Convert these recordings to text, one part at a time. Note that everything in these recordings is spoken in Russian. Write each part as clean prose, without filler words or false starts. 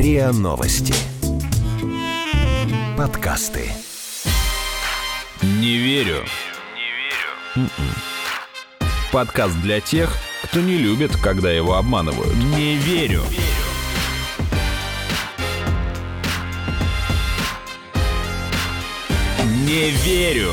РИА Новости. Подкасты. Не верю. Подкаст для тех, кто не любит, когда его обманывают. Не верю. Не верю.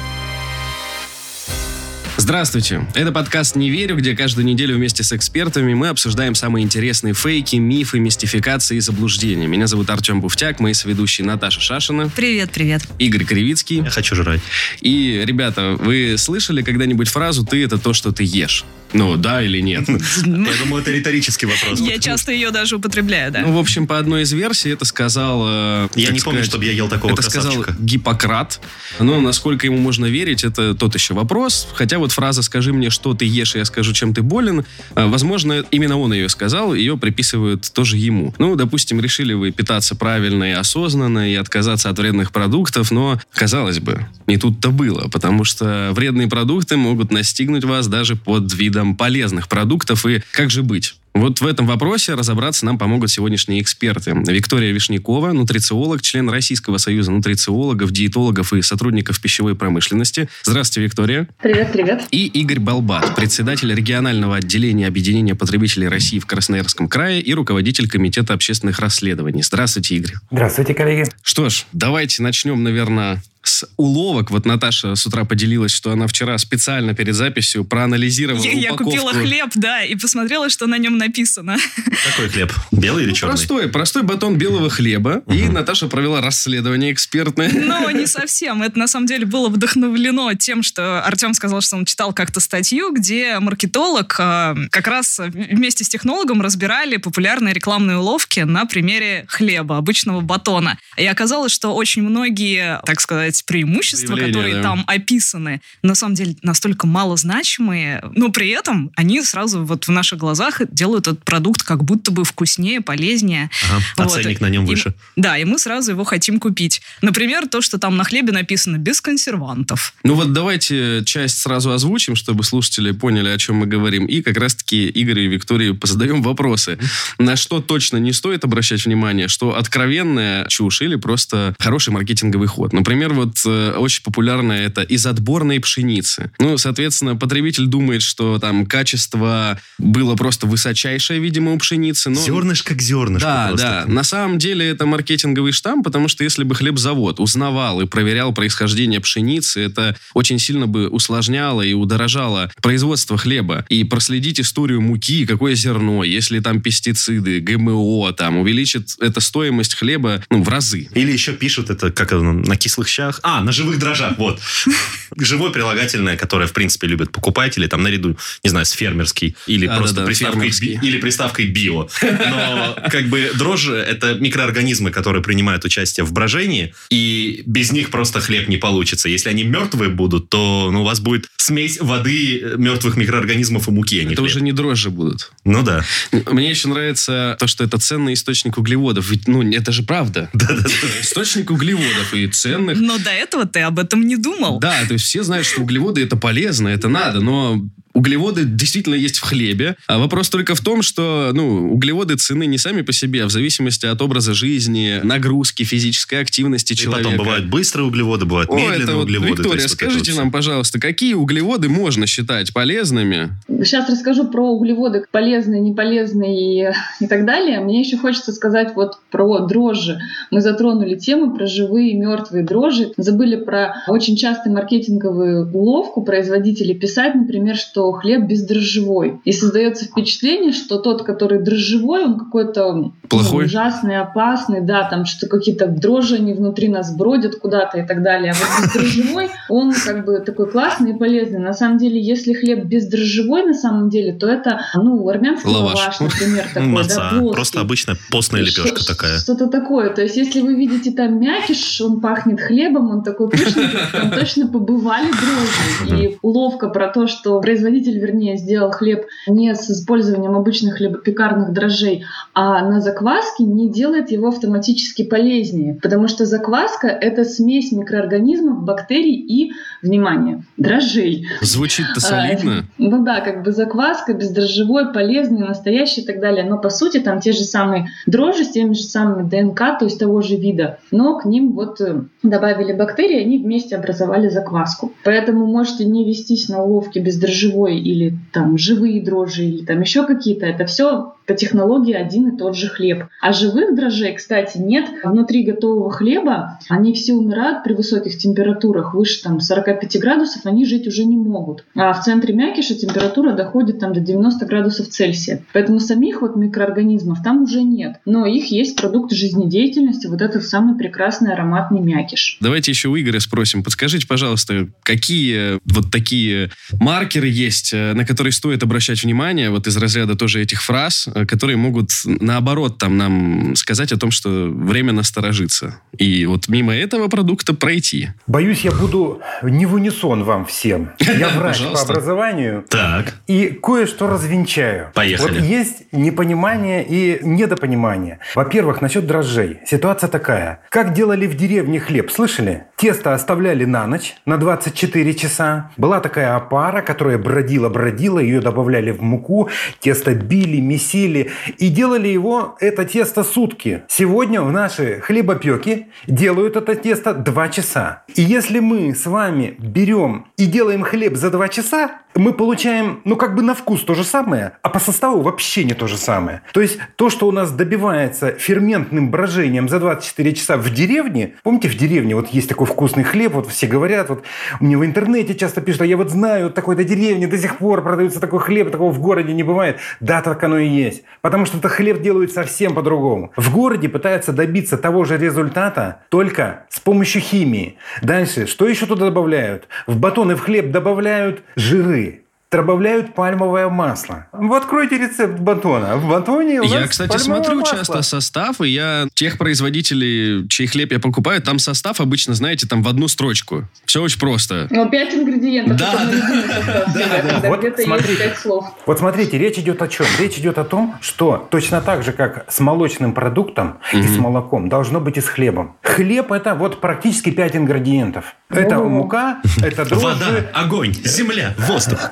Здравствуйте, это подкаст «Не верю», где каждую неделю вместе с экспертами мы обсуждаем самые интересные фейки, мифы, мистификации и заблуждения. Меня зовут Артем Буфтяк, мои соведущие Наташа Шашина. Привет. Игорь Кривицкий. Я хочу жрать. И, ребята, вы слышали когда-нибудь фразу «ты — это то, что ты ешь»? Ну, да или нет? Я думаю, это риторический вопрос. Я часто ее даже употребляю, да. Ну, в общем, по одной из версий это сказал... Я не помню, чтобы я ел такого красавчика. Это сказал Гиппократ. Но насколько ему можно верить, это тот еще вопрос. Хотя вот фраза «скажи мне, что ты ешь, и я скажу, чем ты болен», возможно, именно он ее сказал, ее приписывают тоже ему. Ну, допустим, решили вы питаться правильно и осознанно, и отказаться от вредных продуктов, но, казалось бы, не тут-то было, потому что вредные продукты могут настигнуть вас даже под видом полезных продуктов, и как же быть? Вот в этом вопросе разобраться нам помогут сегодняшние эксперты. Виктория Вишнякова, нутрициолог, член Российского союза нутрициологов, диетологов и сотрудников пищевой промышленности. Здравствуйте, Виктория. Привет. И Игорь Балбат, председатель регионального отделения Объединения потребителей России в Красноярском крае и руководитель Комитета общественных расследований. Здравствуйте, Игорь. Здравствуйте, коллеги. Что ж, давайте начнем, наверное, с уловок. Вот Наташа с утра поделилась, что она вчера специально перед записью проанализировала упаковку. Я купила хлеб, да, и посмотрела, что на нем написано. Какой хлеб? Белый или черный? Простой батон белого хлеба. И Наташа провела расследование экспертное. Но не совсем. Это, на самом деле, было вдохновлено тем, что Артем сказал, что он читал как-то статью, где маркетолог как раз вместе с технологом разбирали популярные рекламные уловки на примере хлеба, обычного батона. И оказалось, что очень многие, так сказать, преимущества, которые там описаны, на самом деле настолько малозначимые, но при этом они сразу вот в наших глазах делают этот продукт как будто бы вкуснее, полезнее. Ага, ценник на нем выше. Да, и мы сразу его хотим купить. Например, то, что там на хлебе написано «без консервантов». Ну вот давайте часть сразу озвучим, чтобы слушатели поняли, о чем мы говорим. И как раз-таки Игорю и Виктории позадаем вопросы. На что точно не стоит обращать внимание, что откровенная чушь или просто хороший маркетинговый ход. Например, вот очень популярное это из отборной пшеницы. Ну, соответственно, потребитель думает, что там качество было просто высочайшее, видимо, у пшеницы. Но... Зернышко к зернышку. Да. На самом деле это маркетинговый штамп, потому что если бы хлебзавод узнавал и проверял происхождение пшеницы, это очень сильно бы усложняло и удорожало производство хлеба. И проследить историю муки, какое зерно, если там пестициды, ГМО, там увеличит это стоимость хлеба в разы. Или еще пишут это как на кислых щах. На живых дрожжах, вот. Живое прилагательное, которое, в принципе, любят покупатели, там, наряду, не знаю, с фермерский, или просто приставкой био. Но, как бы, дрожжи – это микроорганизмы, которые принимают участие в брожении, и без них просто хлеб не получится. Если они мертвые будут, то у вас будет смесь воды, мертвых микроорганизмов и муки, а не это хлеб. уже не дрожжи будут. Ну да. Мне еще нравится то, что это ценный источник углеводов. Ведь, это же правда. Да. Источник углеводов и ценных. Но до этого ты об этом не думал. Да, то есть все знают, что углеводы это полезно, это надо, но углеводы действительно есть в хлебе. А вопрос только в том, что углеводы ценны не сами по себе, а в зависимости от образа жизни, нагрузки, физической активности человека. И потом бывают быстрые углеводы, бывают медленные углеводы. Виктория, скажите нам, пожалуйста, какие углеводы можно считать полезными? Сейчас расскажу про углеводы, полезные, неполезные и так далее. Мне еще хочется сказать вот про дрожжи. Мы затронули тему про живые и мертвые дрожжи. Забыли про очень частую маркетинговую уловку производителей писать, например, что хлеб бездрожжевой. И создается впечатление, что тот, который дрожжевой, он какой-то плохой, ужасный, опасный, да, там что-то какие-то дрожжи, они внутри нас бродят куда-то и так далее. А вот бездрожжевой, он как бы такой классный и полезный. На самом деле, если хлеб бездрожжевой на самом деле, то это, армянский лаваш, например, такой, маца, плоский. Просто обычная постная лепешка такая. Что-то такое. То есть, если вы видите там мякиш, он пахнет хлебом, он такой пышный, там точно побывали дрожжи. И уловка про то, что производитель производитель, вернее, сделал хлеб не с использованием обычных хлебопекарных дрожжей, а на закваске, не делает его автоматически полезнее. Потому что закваска — это смесь микроорганизмов, бактерий и, внимание, дрожжей. Звучит-то солидно. Ну да, как бы закваска бездрожжевой, полезный, настоящий и так далее. Но по сути там те же самые дрожжи с теми же самыми ДНК, то есть того же вида. Но к ним вот добавили бактерии, они вместе образовали закваску. Поэтому можете не вестись на уловки бездрожжевой или там живые дрожжи или там еще какие-то. Это все по технологии один и тот же хлеб. А живых дрожжей, кстати, нет. Внутри готового хлеба они все умирают при высоких температурах. Выше там 45 градусов они жить уже не могут. А в центре мякиша температура доходит там до 90 градусов Цельсия. Поэтому самих вот микроорганизмов там уже нет. Но их есть продукты жизнедеятельности, вот этот самый прекрасный ароматный мякиш. Давайте еще у Игоря спросим. Подскажите, пожалуйста, какие вот такие маркеры есть, на которые стоит обращать внимание, вот из разряда тоже этих фраз, которые могут, наоборот, там нам сказать о том, что время насторожиться. И вот мимо этого продукта пройти. Боюсь, я буду не в унисон вам всем. Я врач по образованию. Так. И кое-что развенчаю. Поехали. Вот есть непонимание и недопонимание. Во-первых, насчет дрожжей. Ситуация такая. Как делали в деревне хлеб, слышали? Тесто оставляли на ночь, на 24 часа. Была такая опара, которая бродила, ее добавляли в муку, тесто били, месили и делали его, это тесто, сутки. Сегодня в наши хлебопеки делают это тесто 2 часа. И если мы с вами берем и делаем хлеб за 2 часа, мы получаем, как бы на вкус то же самое, а по составу вообще не то же самое. То есть то, что у нас добивается ферментным брожением за 24 часа в деревне, помните, в деревне вот есть такой вкусный хлеб, вот все говорят, вот мне в интернете часто пишут, я вот знаю, вот такой-то деревне до сих пор продается такой хлеб, такого в городе не бывает. Да, так оно и есть. Потому что это хлеб делают совсем по-другому. В городе пытаются добиться того же результата, только с помощью химии. Дальше, что еще туда добавляют? В батон и в хлеб добавляют жиры. Добавляют пальмовое масло. Вы откройте рецепт батона. В батоне у нас Я, кстати, смотрю масло. часто состав, и я тех производителей, чей хлеб я покупаю, там состав обычно, знаете, там в одну строчку. Все очень просто. 5 ингредиентов. Да. Вот смотрите. 5 слов. Вот смотрите, речь идет о чем? Речь идет о том, что точно так же, как с молочным продуктом и с молоком, должно быть и с хлебом. Хлеб – это вот практически 5 ингредиентов. Это мука, это дрожжи. Вода, огонь, земля, воздух,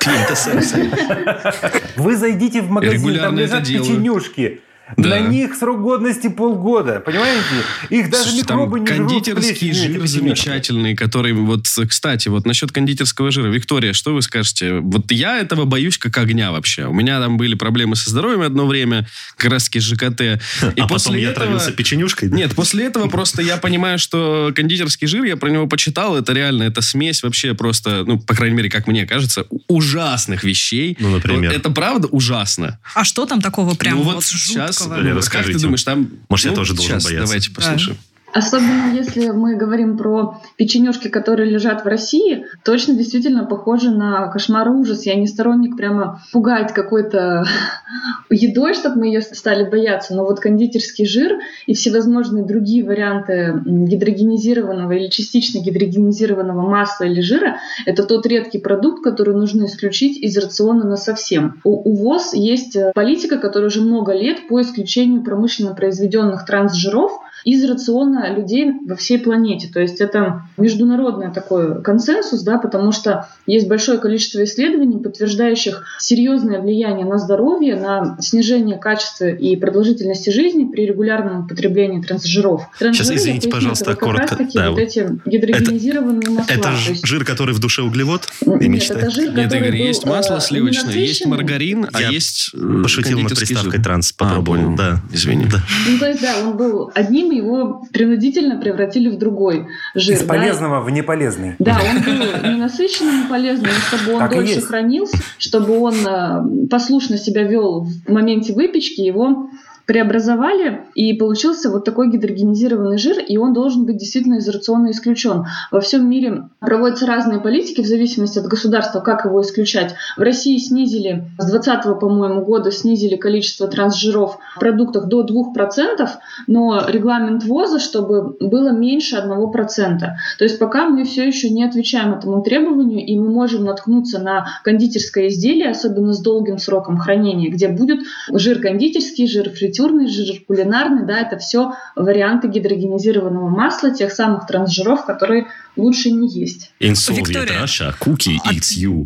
Вы зайдите в магазин, там лежат печенюшки. Да. На них срок годности полгода, понимаете? Их даже микробы не живут. Кондитерский жир замечательный, который, вот, кстати, вот насчет кондитерского жира. Виктория, что вы скажете? Вот я этого боюсь как огня вообще. У меня там были проблемы со здоровьем одно время, как раз таки с ЖКТ. И потом я травился печенюшкой? Да? Нет, после этого просто я понимаю, что кондитерский жир, я про него почитал, это реально, это смесь вообще просто, по крайней мере, как мне кажется, ужасных вещей. Ну, например? Это правда ужасно. А что там такого прям вот сейчас, расскажите. Как ты думаешь, там... Может, я тоже должен сейчас бояться? Давайте послушаем. Особенно если мы говорим про печенюшки, которые лежат в России, точно действительно похоже на кошмар и ужас. Я не сторонник прямо пугать какой-то едой, чтобы мы ее стали бояться. Но вот кондитерский жир и всевозможные другие варианты гидрогенизированного или частично гидрогенизированного масла или жира – это тот редкий продукт, который нужно исключить из рациона насовсем. У ВОЗ есть политика, которая уже много лет по исключению промышленно произведенных трансжиров из рациона людей во всей планете. То есть это международный такой консенсус, да, потому что есть большое количество исследований, подтверждающих серьезное влияние на здоровье, на снижение качества и продолжительности жизни при регулярном употреблении трансжиров. Сейчас, извините, пожалуйста, коротко. Да, вот эти гидрогенизированные масла. Это жир, который в душе углевод? Нет, это жир, Нет, Игорь, есть масло сливочное, есть маргарин, а есть пошутил над приставкой жир. транс, попробовал. Да, извини. Да. То есть, да, он был одним, его принудительно превратили в другой жир. Из полезного в неполезный. Да, он был ненасыщенный, неполезный, но чтобы он дольше хранился, чтобы он послушно себя вел в моменте выпечки, его преобразовали, и получился вот такой гидрогенизированный жир, и он должен быть действительно из рациона исключен. Во всем мире проводятся разные политики в зависимости от государства, как его исключать. В России снизили, с 2020, по-моему, года снизили количество трансжиров в продуктах до 2%, но регламент ВОЗа, чтобы было меньше 1%. То есть пока мы все еще не отвечаем этому требованию, и мы можем наткнуться на кондитерское изделие, особенно с долгим сроком хранения, где будет жир кондитерский, жир фритюрный, жир кулинарный, да, это все варианты гидрогенизированного масла, тех самых трансжиров, которые лучше не есть. In Soviet Russia, cookie eats you.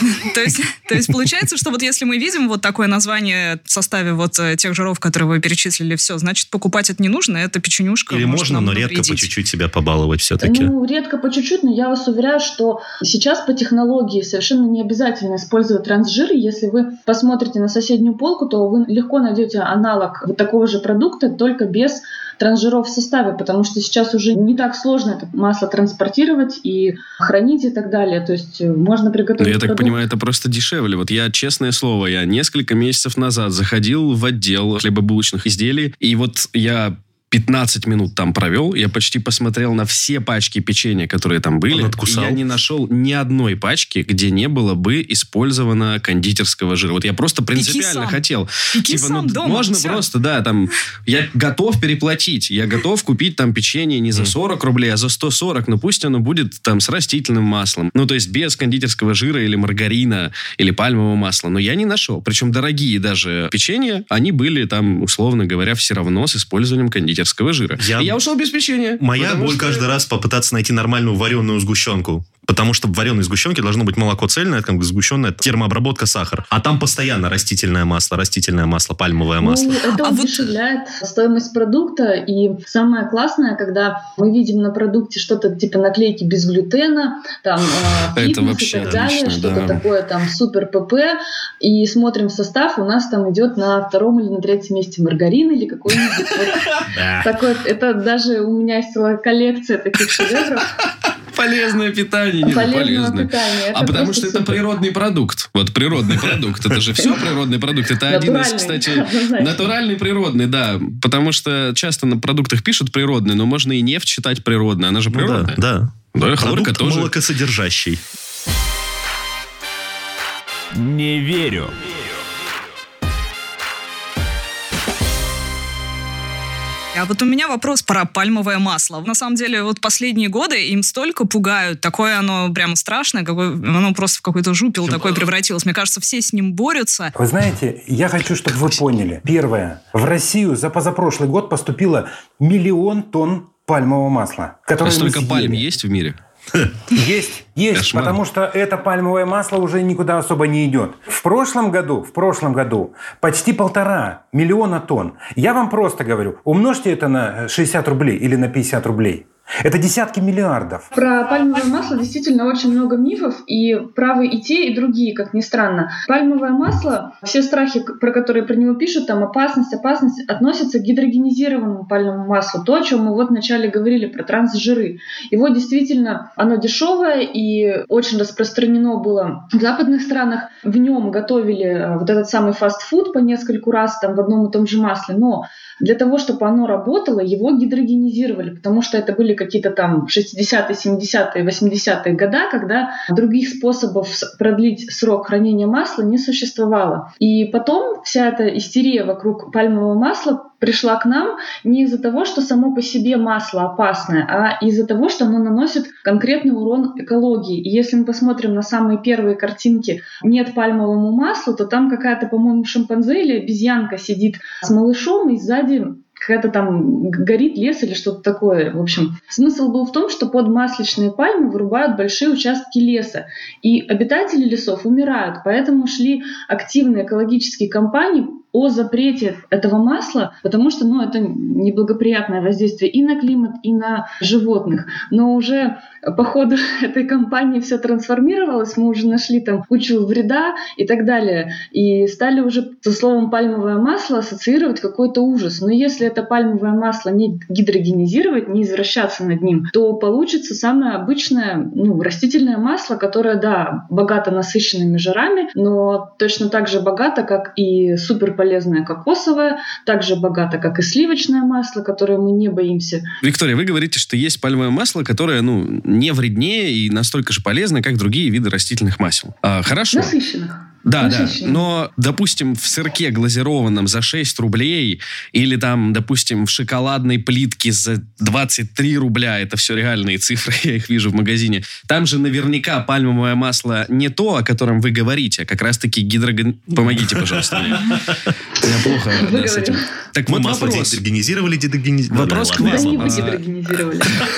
То есть получается, что вот если мы видим вот такое название в составе вот тех жиров, которые вы перечислили, все, значит, покупать это не нужно, это печенюшка. Или можно, но редко по чуть-чуть себя побаловать все-таки. Ну, редко по чуть-чуть, но я вас уверяю, что сейчас по технологии совершенно не обязательно использовать трансжиры. Если вы посмотрите на соседнюю полку, то вы легко найдете аналог вот такого же продукта, только без трансжиров в составе, потому что сейчас уже не так сложно это масло транспортировать и хранить и так далее. То есть можно приготовить. Но я так понимаю, это просто дешевле. Вот я, честное слово, я несколько месяцев назад заходил в отдел хлебобулочных изделий, и вот я 15 минут там провел, я почти посмотрел на все пачки печенья, которые там были, и я не нашел ни одной пачки, где не было бы использовано кондитерского жира. Вот я просто принципиально хотел. Можно все. Просто, да, там, я готов переплатить, я готов купить там печенье не за 40 рублей, а за 140, но пусть оно будет там с растительным маслом. Ну, то есть без кондитерского жира или маргарина, или пальмового масла. Но я не нашел. Причем дорогие даже печенья, они были там, условно говоря, все равно с использованием кондитерского жира. Я ушел без печенья. Моя боль каждый раз попытаться найти нормальную вареную сгущенку. Потому что в вареной сгущенке должно быть молоко цельное, как сгущенное, термообработка, сахар. А там постоянно растительное масло, пальмовое масло. Это удешевляет стоимость продукта. И самое классное, когда мы видим на продукте что-то типа наклейки без глютена, там фитнес и так далее, что-то такое там супер ПП, и смотрим в состав, у нас там идет на 2-м или на 3-м месте маргарин или какой-нибудь такой. Это даже у меня есть целая коллекция таких шедевров. Полезное питание. Полезное. А потому что это природный продукт. Вот природный продукт. Это же все природный продукт. Это один из, кстати, натуральный природный, да. Потому что часто на продуктах пишут природный, но можно и нефть считать природной. Она же природная. Да. Хлорка тоже. Молокосодержащий. Не верю. А вот у меня вопрос про пальмовое масло. На самом деле, вот последние годы им столько пугают. Такое оно прямо страшное, оно просто в какой-то жупел такой превратилось. Мне кажется, все с ним борются. Вы знаете, я хочу, чтобы вы поняли. Первое. В Россию за позапрошлый год поступило 1 000 000 тонн пальмового масла. А столько пальм есть в мире? Есть, кошмар. Потому что это пальмовое масло уже никуда особо не идет. В прошлом году почти 1,5 миллиона тонн. Я вам просто говорю, умножьте это на 60 рублей или на 50 рублей. Это десятки миллиардов. Про пальмовое масло действительно очень много мифов, и правы и те, и другие, как ни странно. Пальмовое масло, все страхи, про которые про него пишут, там опасность, относятся к гидрогенизированному пальмовому маслу. То, о чем мы вот вначале говорили, про трансжиры. Его действительно, оно дешевое и очень распространено было в западных странах. В нем готовили вот этот самый фастфуд по нескольку раз там в одном и том же масле, но для того, чтобы оно работало, его гидрогенизировали, потому что это были какие-то там 60-е, 70-е, 80-е года, когда других способов продлить срок хранения масла не существовало. И потом вся эта истерия вокруг пальмового масла пришла к нам не из-за того, что само по себе масло опасное, а из-за того, что оно наносит конкретный урон экологии. И если мы посмотрим на самые первые картинки «Нет пальмовому маслу», то там какая-то, по-моему, шимпанзе или обезьянка сидит с малышом, и сзади какая-то там горит лес или что-то такое. В общем, смысл был в том, что под масличные пальмы вырубают большие участки леса, и обитатели лесов умирают. Поэтому шли активные экологические кампании о запрете этого масла, потому что это неблагоприятное воздействие и на климат, и на животных. Но уже по ходу этой кампании все трансформировалось, мы уже нашли там кучу вреда и так далее, и стали уже со словом пальмовое масло ассоциировать какой-то ужас. Но если это пальмовое масло не гидрогенизировать, не извращаться над ним, то получится самое обычное растительное масло, которое, да, богато насыщенными жирами, но точно так же богато, как и суперполезное полезное кокосовое, также богато, как и сливочное масло, которое мы не боимся. Виктория, вы говорите, что есть пальмовое масло, которое, не вреднее и настолько же полезно, как другие виды растительных масел. Хорошо. Насыщенных. Да, но, допустим, в сырке глазированном за 6 рублей или там, допустим, в шоколадной плитке за 23 рубля, это все реальные цифры, я их вижу в магазине, там же наверняка пальмовое масло не то, о котором вы говорите, а как раз-таки Помогите, пожалуйста, мне. Я плохо с этим. Так вот масло гидрогенизировали, Вопрос к вам. Да не вы гидрогенизировали.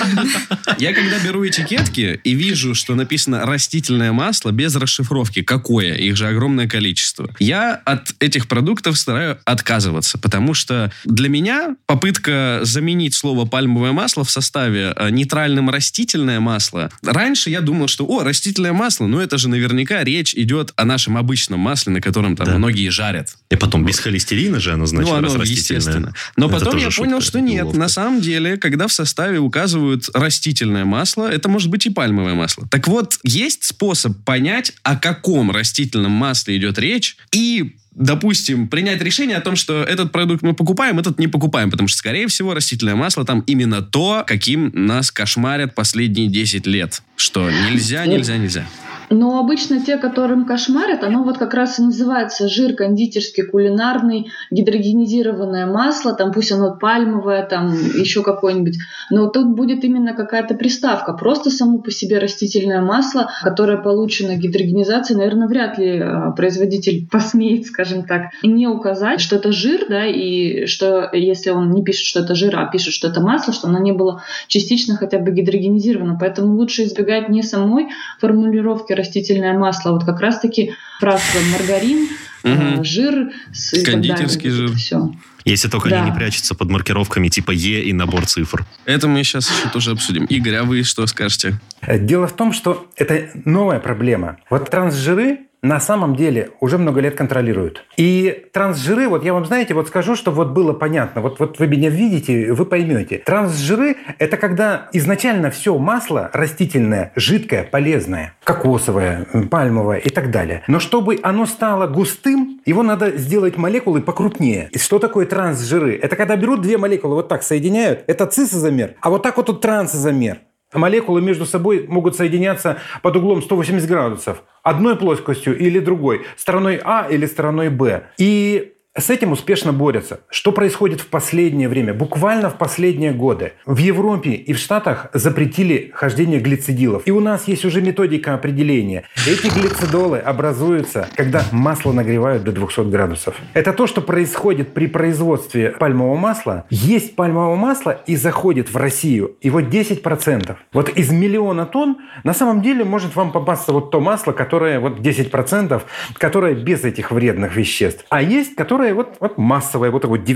Я когда беру этикетки и вижу, что написано растительное масло без расшифровки, какое, их же огромное количество, я от этих продуктов стараюсь отказываться, потому что для меня попытка заменить слово пальмовое масло в составе нейтральным растительное масло. Раньше я думал, что растительное масло, это же наверняка речь идет о нашем обычном масле, на котором там многие жарят. И потом без холестерина же оно, значит, оно естественно. Но это потом я понял, что нет. На самом деле, когда в составе указывают растительное масло, это может быть и пальмовое масло. Так вот, есть способ понять, о каком растительном масле идет речь, и, допустим, принять решение о том, что этот продукт мы покупаем, этот не покупаем, потому что, скорее всего, растительное масло там именно то, каким нас кошмарят последние 10 лет. Что нельзя. Но обычно те, которым кошмарят, оно вот как раз и называется жир кондитерский, кулинарный, гидрогенизированное масло, там пусть оно пальмовое, там еще какое-нибудь. Но тут будет именно какая-то приставка. Просто само по себе растительное масло, которое получено гидрогенизацией, наверное, вряд ли производитель посмеет, скажем так, не указать, что это жир, да, и что если он не пишет, что это жир, а пишет, что это масло, что оно не было частично хотя бы гидрогенизировано. Поэтому лучше избегать не самой формулировки растительное масло, вот как раз-таки фраза маргарин, жир, кондитерский жир. Все. Если только они не прячутся под маркировками типа Е и набор цифр. Это мы сейчас еще тоже обсудим. Игорь, а вы что скажете? Дело в том, что это новая проблема. Вот трансжиры на самом деле уже много лет контролируют. И трансжиры, я вам, скажу, что было понятно. Вот вы меня видите, вы поймете. Трансжиры – это когда изначально все масло растительное, жидкое, полезное, кокосовое, пальмовое и так далее. Но чтобы оно стало густым, его надо сделать молекулы покрупнее. И что такое трансжиры? Это когда берут две молекулы, вот так соединяют, это цисизомер, а вот так вот тут трансизомер. Молекулы между собой могут соединяться под углом 180 градусов. Одной плоскостью или другой. Стороной А или стороной Б. И с этим успешно борются. Что происходит в последнее время? Буквально в последние годы. В Европе и в Штатах запретили хождение глицидилов. И у нас есть уже методика определения. Эти глицидолы образуются, когда масло нагревают до 200 градусов. Это то, что происходит при производстве пальмового масла. Есть пальмовое масло и заходит в Россию. Его 10%. Вот из миллиона тонн на самом деле может вам попасться вот то масло, которое 10%, которое без этих вредных веществ. А есть, которое массовое,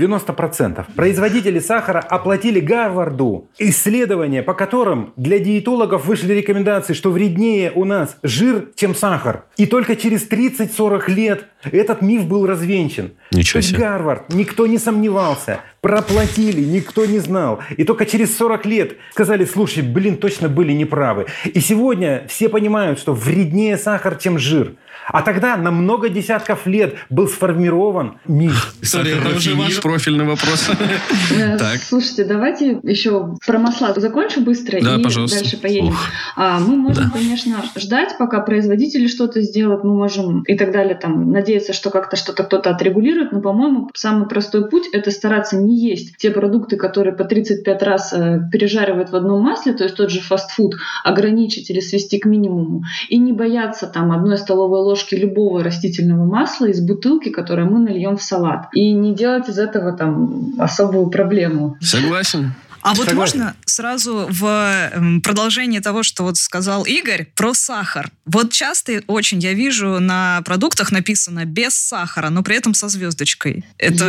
90%. Производители сахара оплатили Гарварду исследования, по которым для диетологов вышли рекомендации, что вреднее у нас жир, чем сахар. И только через 30-40 лет этот миф был развенчан. Ничего себе. Гарвард, никто не сомневался. Проплатили, никто не знал. И только через 40 лет сказали, слушай, точно были неправы. И сегодня все понимают, что вреднее сахар, чем жир. А тогда на много десятков лет был сформирован миф. История, это уже ваш профильный вопрос. Слушайте, давайте еще про масла закончу быстро и дальше поедем. Мы можем, конечно, ждать, пока производители что-то сделают, мы можем и так далее, надеяться, что как-то что-то кто-то отрегулирует, но, по-моему, самый простой путь – это стараться не есть те продукты, которые по 35 раз пережаривают в одном масле, то есть тот же фастфуд, ограничить или свести к минимуму, и не бояться 1 столовой ложки любого растительного масла из бутылки, которое мы нальем в салат. И не делать из этого особую проблему. Согласен. А вот можно сразу в продолжение того, что сказал Игорь, про сахар. Вот часто очень я вижу на продуктах написано без сахара, но при этом со звездочкой. Это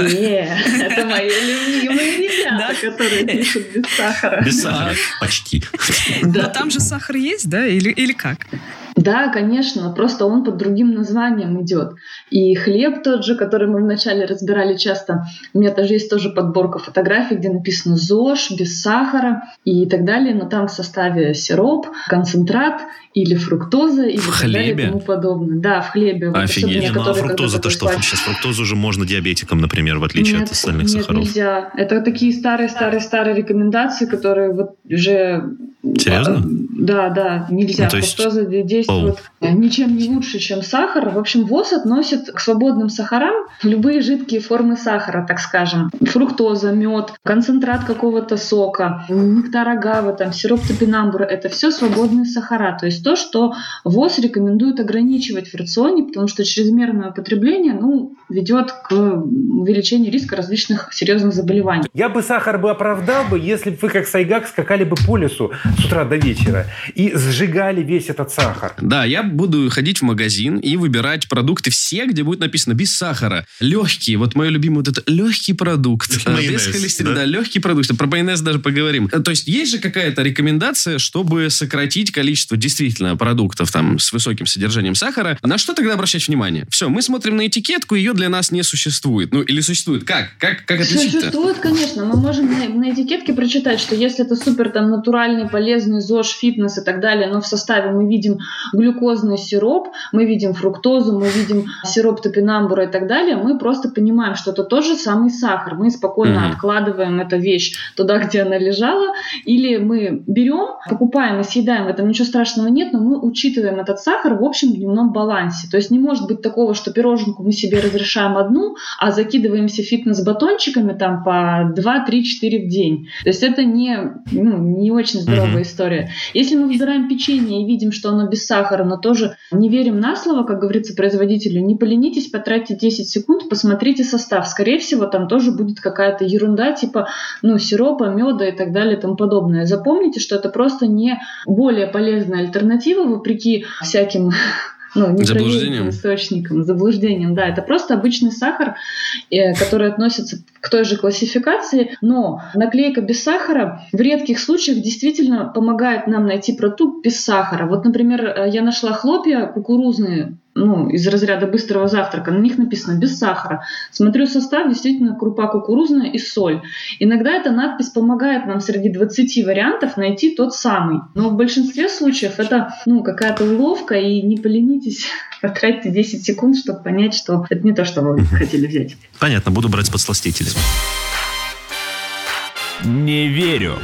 мои любимые ребята, которые пишут без сахара. Без сахара, почти. Но там же сахар есть, да? Или как? Да, конечно, просто он под другим названием идет. И хлеб тот же, который мы вначале разбирали часто, у меня даже есть тоже подборка фотографий, где написано ЗОЖ, без сахара и так далее, но там в составе сироп, концентрат или фруктоза, или так далее, и тому подобное. Да, в хлебе. Офигеть. Ну а фруктоза-то что? Сейчас фруктозу уже можно диабетикам, например, в отличие от остальных сахаров. Нет, нельзя. Это такие старые рекомендации, которые вот уже... Серьезно? Да, нельзя. Фруктоза действует ничем не лучше, чем сахар. В общем, ВОЗ относит к свободным сахарам любые жидкие формы сахара, так скажем. Фруктоза, мед, концентрат какого-то сока, нектар агавы, сироп топинамбура — это все свободные сахара. То есть то, что ВОЗ рекомендует ограничивать в рационе, потому что чрезмерное употребление ведет к увеличению риска различных серьезных заболеваний. Я бы сахар оправдал, если бы вы, как Сайгак, скакали бы по лесу с утра до вечера и сжигали весь этот сахар. Да, я буду ходить в магазин и выбирать продукты все, где будет написано без сахара. Легкие. Вот мой любимый легкий продукт. Без холестерина. Да, легкий продукт. Про майонез даже поговорим. То есть есть же какая-то рекомендация, чтобы сократить количество действительно продуктов с высоким содержанием сахара. На что тогда обращать внимание? Все, мы смотрим на этикетку, ее для нас не существует. Или существует? Как отличить-то? Существует, конечно. Мы можем на этикетке прочитать, что если это супер натуральный, полезный ЗОЖ, фитнес и так далее, но в составе мы видим глюкозный сироп, мы видим фруктозу, мы видим сироп топинамбура и так далее, мы просто понимаем, что это тот же самый сахар. Мы спокойно откладываем эту вещь туда, где она лежала, или мы берем, покупаем и съедаем, в этом ничего страшного нет, но мы учитываем этот сахар в общем дневном балансе. То есть не может быть такого, что пироженку мы себе разрешаем одну, а закидываемся фитнес-батончиками по 2, 3, 4 в день. То есть это не очень здоровая история. Если мы выбираем печенье и видим, что оно без сахара, но тоже не верим на слово, как говорится производителю, не поленитесь, потратьте 10 секунд, посмотрите состав. Скорее всего, там тоже будет какая-то ерунда, типа сиропа, меда и так далее и тому подобное. Запомните, что это просто не более полезная альтернатива, вопреки всяким непроверенным источникам, заблуждениям. Да, это просто обычный сахар, который относится к той же классификации, но наклейка без сахара в редких случаях действительно помогает нам найти продукт без сахара. Вот, например, я нашла хлопья кукурузные, из разряда быстрого завтрака, на них написано без сахара. Смотрю состав, действительно крупа кукурузная и соль. Иногда эта надпись помогает нам среди 20 вариантов найти тот самый. Но в большинстве случаев это какая-то уловка, и не поленитесь, потратьте 10 секунд, чтобы понять, что это не то, что вы хотели взять. Понятно, буду брать с подсластителем. Не верю.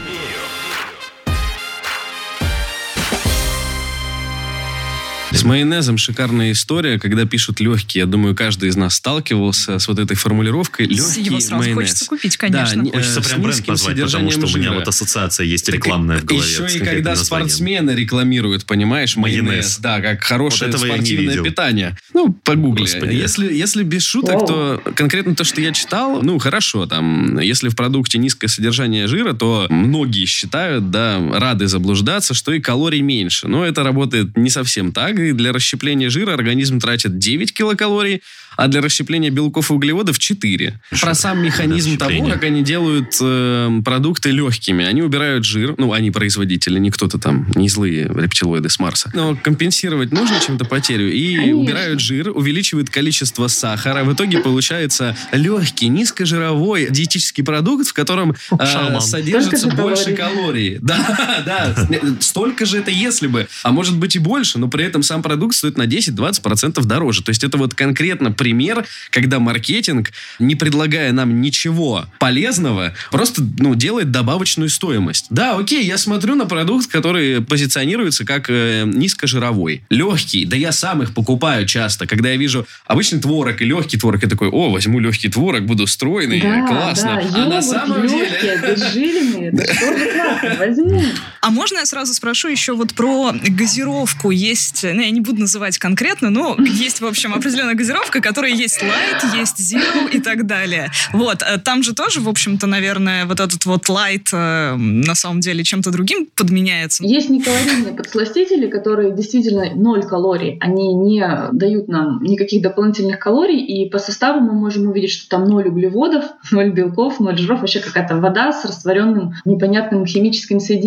С майонезом шикарная история, когда пишут легкие. Я думаю, каждый из нас сталкивался с вот этой формулировкой. Легкий его сразу майонез. Хочется купить, конечно. Да, хочется прям бренд назвать, потому что у меня ассоциация есть рекламная в голове. Еще и когда спортсмены рекламируют, понимаешь, майонез. Да, как хорошее спортивное питание. Погугли. Если без шуток, то конкретно то, что я читал, хорошо, если в продукте низкое содержание жира, то многие считают, рады заблуждаться, что и калорий меньше. Но это работает не совсем так. И для расщепления жира организм тратит 9 килокалорий, а для расщепления белков и углеводов 4. Про сам механизм того, как они делают продукты легкими. Они убирают жир, они производители, не кто-то не злые рептилоиды с Марса. Но компенсировать нужно чем-то потерю. И убирают жир, увеличивают количество сахара. В итоге получается легкий, низкожировой диетический продукт, в котором содержится больше калорий. Да, столько же это если бы. А может быть и больше, но при этом сам продукт стоит на 10-20% дороже. То есть это конкретно пример, когда маркетинг, не предлагая нам ничего полезного, просто делает добавочную стоимость. Да, окей, я смотрю на продукт, который позиционируется как низкожировой, легкий. Да я сам их покупаю часто. Когда я вижу обычный творог и легкий творог, я такой, возьму легкий творог, буду стройный, классно. Да, на самом деле... обезжиренные, это тоже классно, возьму. А можно я сразу спрошу еще про газировку? Есть, я не буду называть конкретно, но есть, в общем, определенная газировка, которая есть light, есть zero и так далее. Там же тоже, в общем-то, наверное, этот light на самом деле чем-то другим подменяется. Есть некалорийные подсластители, которые действительно 0 калорий. Они не дают нам никаких дополнительных калорий, и по составу мы можем увидеть, что там 0 углеводов, 0 белков, 0 жиров, вообще какая-то вода с растворенным непонятным химическим соединением.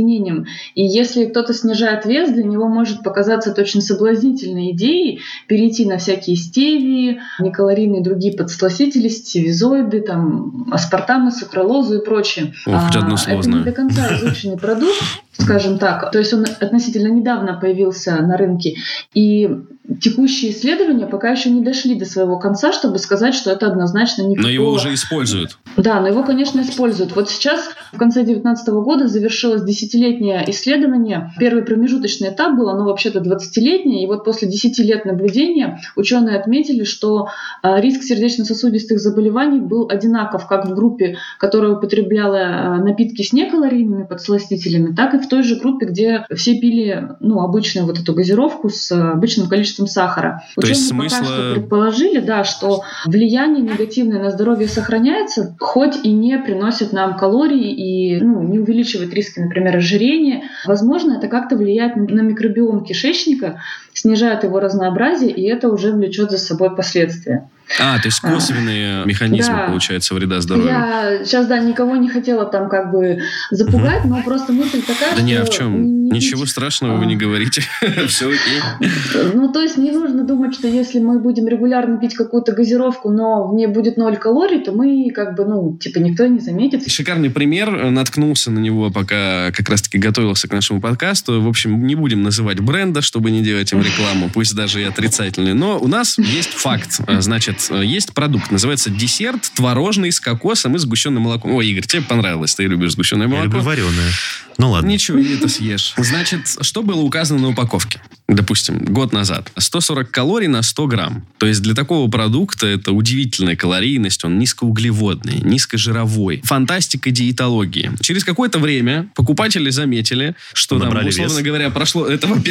И если кто-то снижает вес, для него может показаться это очень соблазнительной идеей перейти на всякие стевии, некалорийные другие подсластители, стевизоиды, там, аспартамы, сукралозу и прочее. Хоть одно слово знаю. Это не до конца изученный продукт, скажем так. То есть он относительно недавно появился на рынке. И текущие исследования пока еще не дошли до своего конца, чтобы сказать, что это однозначно никакого... Но его уже используют. Да, но его, конечно, используют. Вот сейчас, в конце 2019 года, завершилось 10-летнее исследование. Первый промежуточный этап был, оно вообще-то 20-летнее. И вот после 10 лет наблюдения ученые отметили, что риск сердечно-сосудистых заболеваний был одинаков как в группе, которая употребляла напитки с некалорийными подсластителями, так и в той же группе, где все пили обычную вот эту газировку с обычным количеством сахара. То есть ученые пока что предположили, да, что влияние негативное на здоровье сохраняется, хоть и не приносит нам калорий и не увеличивает риски, например, ожирения. Возможно, это как-то влияет на микробиом кишечника, снижает его разнообразие, и это уже влечет за собой последствия. То есть косвенные механизмы, получается, вреда здоровью. Я сейчас, никого не хотела там как бы запугать, но просто мысль такая, да что... Да ни о чем. Ничего страшного вы не говорите. Все окей. То есть не нужно думать, что если мы будем регулярно пить какую-то газировку, но в ней будет 0 калорий, то мы как бы, никто не заметит. Шикарный пример. Наткнулся на него, пока как раз-таки готовился к нашему подкасту. В общем, не будем называть бренда, чтобы не делать им рекламу, пусть даже и отрицательную. Но у нас есть факт. Значит, есть продукт, называется десерт творожный с кокосом и сгущенным молоком. Ой, Игорь, тебе понравилось, ты любишь сгущенное молоко. Я люблю вареное. Ну ладно. Ничего, и это съешь. Значит, что было указано на упаковке? Допустим, год назад. 140 калорий на 100 грамм. То есть для такого продукта это удивительная калорийность, он низкоуглеводный, низкожировой. Фантастика диетологии. Через какое-то время покупатели заметили, что там, условно говоря, прошло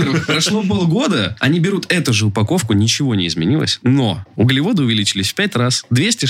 полгода, они берут эту же упаковку, ничего не изменилось, но углеводы увеличились в 5 раз.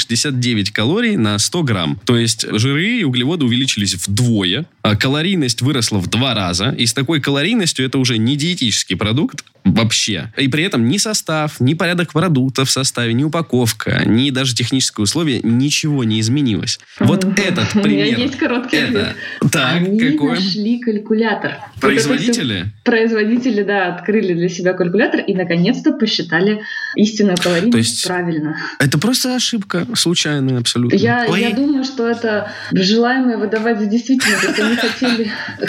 269 калорий на 100 грамм. То есть жиры и углеводы увеличились вдвое, а калорийность выросла в 2 раза. И с такой калорийностью это уже не диетический продукт вообще. И при этом ни состав, ни порядок продукта в составе, ни упаковка, ни даже технические условия, ничего не изменилось. Вот этот пример. У меня есть короткий ответ. Так, они нашли калькулятор. Производители? Производители, да, открыли для себя калькулятор и наконец-то посчитали истинную калорийность правильно. Это просто ошибка, случайная абсолютно. Я думаю, что это желаемое выдавать за действительность. То есть они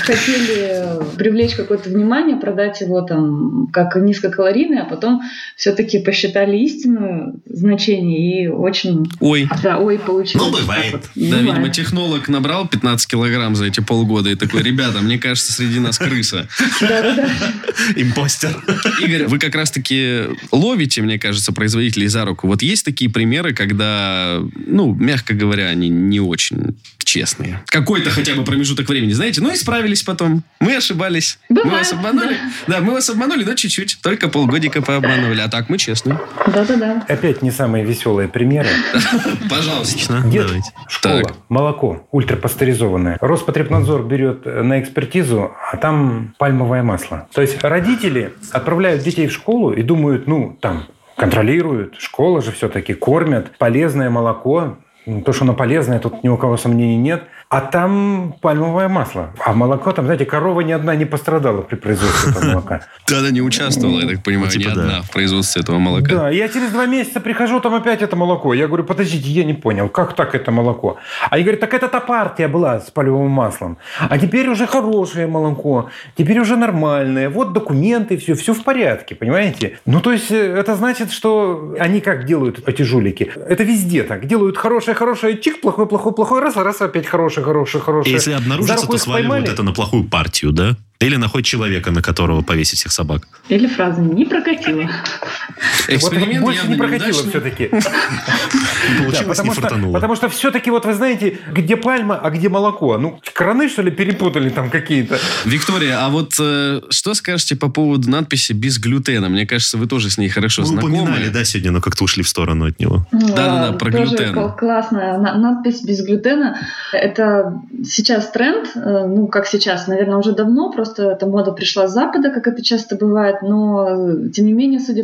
хотели привлечь какое-то внимание, продать его там как низкокалорийный, а потом все-таки посчитали истинную значение и очень... получилось. Ну, бывает. Да, видимо, технолог набрал 15 килограмм за эти полгода и такой: ребята, мне кажется, среди нас крыса. Да. Импостер. Игорь, вы как раз-таки ловите, мне кажется, производителей за руку. Вот есть такие примеры, когда, мягко говоря, они не очень честные. Какой-то хотя бы промежуток времени, знаете, исправились потом. Мы ошибались. Бывает, мы вас обманули. Да, мы вас обманули, но чуть-чуть. Только полгодика пообманывали. А так мы честные. Да. Опять не самые веселые примеры. Пожалуйста. Давайте. Школа, молоко, ультрапастеризованное. Роспотребнадзор берет на экспертизу, а там пальмовое масло. То есть родители отправляют детей в школу и думают, контролируют. Школа же все-таки кормят. Полезное молоко. То, что оно полезное, тут ни у кого сомнений нет. А там пальмовое масло. А молоко там, знаете, корова ни одна не пострадала при производстве этого молока. Да, не участвовала, я так понимаю, ни одна в производстве этого молока. Да, я через 2 месяца прихожу, там опять это молоко. Я говорю, подождите, я не понял, как так это молоко? Они говорят, так это та партия была с пальмовым маслом. А теперь уже хорошее молоко, теперь уже нормальное. Вот документы, все в порядке, понимаете? То есть это значит, что они как делают эти жулики? Это везде так. Делают хорошее, чик, плохой, раз, опять хорошее. Если обнаружится, то сваливают это на плохую партию, да? Или находят человека, на которого повесить всех собак. Или фраза «не прокатило». Эксперимент больше не прокатило все-таки. Получилось, не фартануло. Потому что все-таки, вы знаете, где пальма, а где молоко? Краны, что ли, перепутали там какие-то? Виктория, а вот что скажете по поводу надписи «без глютена»? Мне кажется, вы тоже с ней хорошо знакомы. Мы упоминали, да, сегодня, но как-то ушли в сторону от него. Да, про глютен. Классная надпись «без глютена». Это сейчас тренд, как сейчас, наверное, уже давно, просто эта мода пришла с Запада, как это часто бывает, но, тем не менее, судя по ассортименту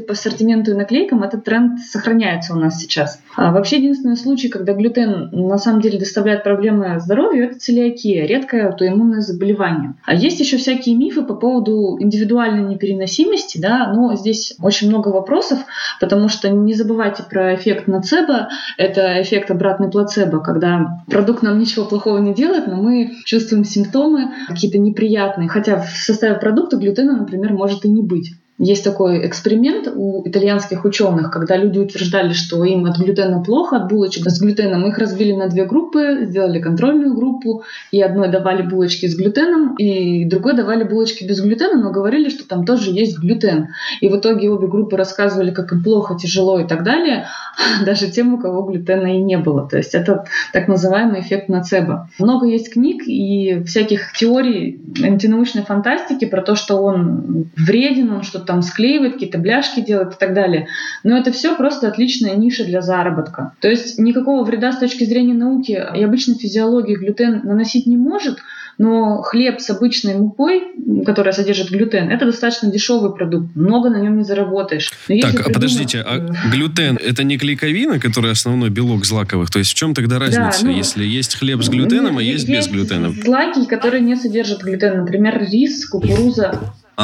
ассортименту и наклейкам, этот тренд сохраняется у нас сейчас. А вообще единственный случай, когда глютен на самом деле доставляет проблемы здоровью, это целиакия, редкое аутоиммунное заболевание. А есть еще всякие мифы по поводу индивидуальной непереносимости, да, но здесь очень много вопросов, потому что не забывайте про эффект ноцебо, это эффект обратный плацебо, когда продукт нам ничего плохого не делает, но мы чувствуем симптомы какие-то неприятные, хотя в составе продукта глютена, например, может и не быть. Есть такой эксперимент у итальянских ученых, когда люди утверждали, что им от глютена плохо, от булочек с глютеном. Их разбили на 2 группы, сделали контрольную группу, и одной давали булочки с глютеном, и другой давали булочки без глютена, но говорили, что там тоже есть глютен. И в итоге обе группы рассказывали, как им плохо, тяжело и так далее, даже тем, у кого глютена и не было. То есть это так называемый эффект ноцебо. Много есть книг и всяких теорий антинаучной фантастики про то, что он вреден, он что-то там склеивает, какие-то бляшки делает и так далее. Но это все просто отличная ниша для заработка. То есть никакого вреда с точки зрения науки и обычной физиологии глютен наносить не может, но хлеб с обычной мукой, которая содержит глютен, это достаточно дешевый продукт. Много на нем не заработаешь. Подождите, а глютен это не клейковина, которая основной белок злаковых? То есть в чем тогда разница, если есть хлеб с глютеном, а есть без глютена? Злаки, которые не содержат глютен, например, рис, кукуруза.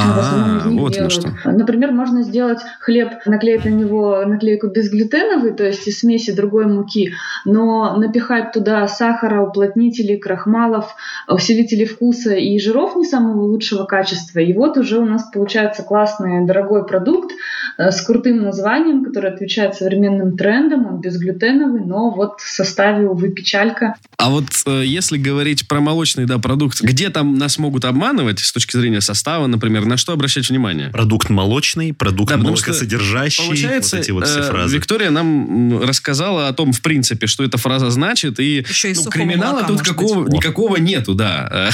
Вот оно что. Например, можно сделать хлеб, наклеить на него наклейку безглютеновый, то есть из смеси другой муки, но напихать туда сахара, уплотнителей, крахмалов, усилителей вкуса и жиров не самого лучшего качества. И вот уже у нас получается классный, дорогой продукт с крутым названием, который отвечает современным трендам. Он безглютеновый, но вот в составе, увы, печалька. А вот если говорить про молочный продукт, где там нас могут обманывать с точки зрения состава, например, на что обращать внимание? Продукт молочный, продукт молокосодержащий. Получается, вот эти вот все фразы. Виктория нам рассказала о том, в принципе, что эта фраза значит, и криминала тут никакого нету, да.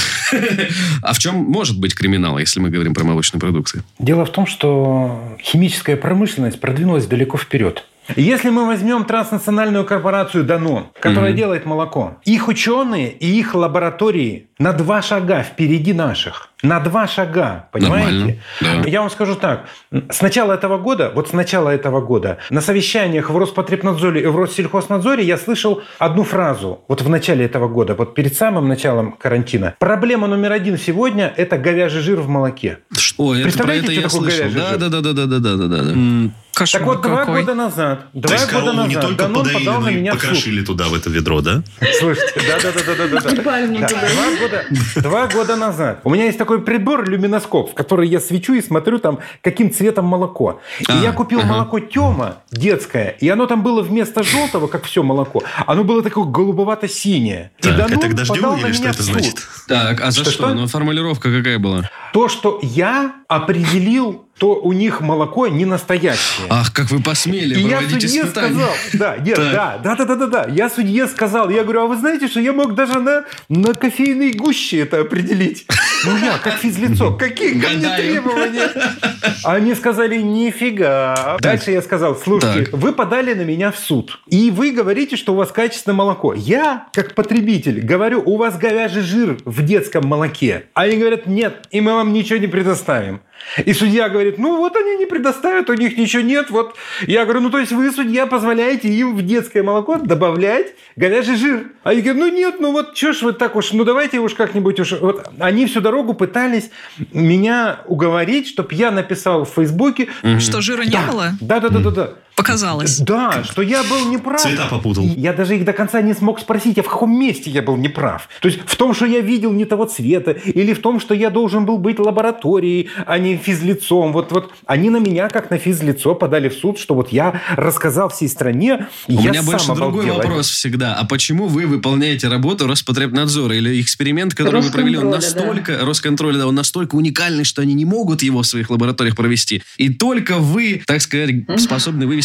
А в чем может быть криминал, если мы говорим про молочные продукты? Дело в том, что химическая промышленность продвинулась далеко вперед. Если мы возьмем транснациональную корпорацию Danone, которая делает молоко, их ученые и их лаборатории на 2 шага впереди наших. На 2 шага, понимаете? Да. Я вам скажу так. С начала этого года на совещаниях в Роспотребнадзоре и в Россельхознадзоре я слышал одну фразу. Вот в начале этого года, вот перед самым началом карантина. Проблема номер 1 сегодня – это говяжий жир в молоке. Ой, представляете, это что такое говяжий жир? Да. Так вот, 2 года назад. То есть корову не только подоили, но и покрошили туда, в это ведро, да? Слушайте, да. 2 года назад. У меня есть такой прибор, люминоскоп, в который я свечу и смотрю там, каким цветом молоко. И я купил молоко Тёма детское, и оно там было вместо желтого, как все молоко, оно было такое голубовато-синее. Так, это к дождю или что это значит? Так, а за что? Ну, формулировка какая была? То, что я определил, то у них молоко не настоящее. Ах, как вы посмели проводить испытания. Да. Я судье сказал, я говорю, а вы знаете, что я мог даже на кофейной гуще это определить? Ну я, как физлицо, какие ко мне требования? Они сказали, нифига. Дальше я сказал, слушайте, вы подали на меня в суд, и вы говорите, что у вас качественное молоко. Я, как потребитель, говорю, у вас говяжий жир в детском молоке. Они говорят, нет, и мы вам ничего не предоставим. И судья говорит, ну вот они не предоставят, у них ничего нет. Вот. Я говорю, ну то есть вы, судья, позволяете им в детское молоко добавлять говяжий жир. А они говорят, ну нет, ну вот что ж вы так уж, ну давайте уж как-нибудь уж. Вот они всю дорогу пытались меня уговорить, чтобы я написал в Фейсбуке. Что жира не было? Да. Показалось. Да, что я был неправ. Цвета попутал. Я даже их до конца не смог спросить, а в каком месте я был неправ. То есть в том, что я видел не того цвета, или в том, что я должен был быть лабораторией, а не физлицом. Вот они на меня, как на физлицо, подали в суд, что вот я рассказал всей стране. У меня больше другой вопрос всегда. А почему вы выполняете работу Роспотребнадзора? Или эксперимент, который вы провели, он настолько... Росконтроля, да, он настолько уникальный, что они не могут его в своих лабораториях провести. И только вы, так сказать, способны вывести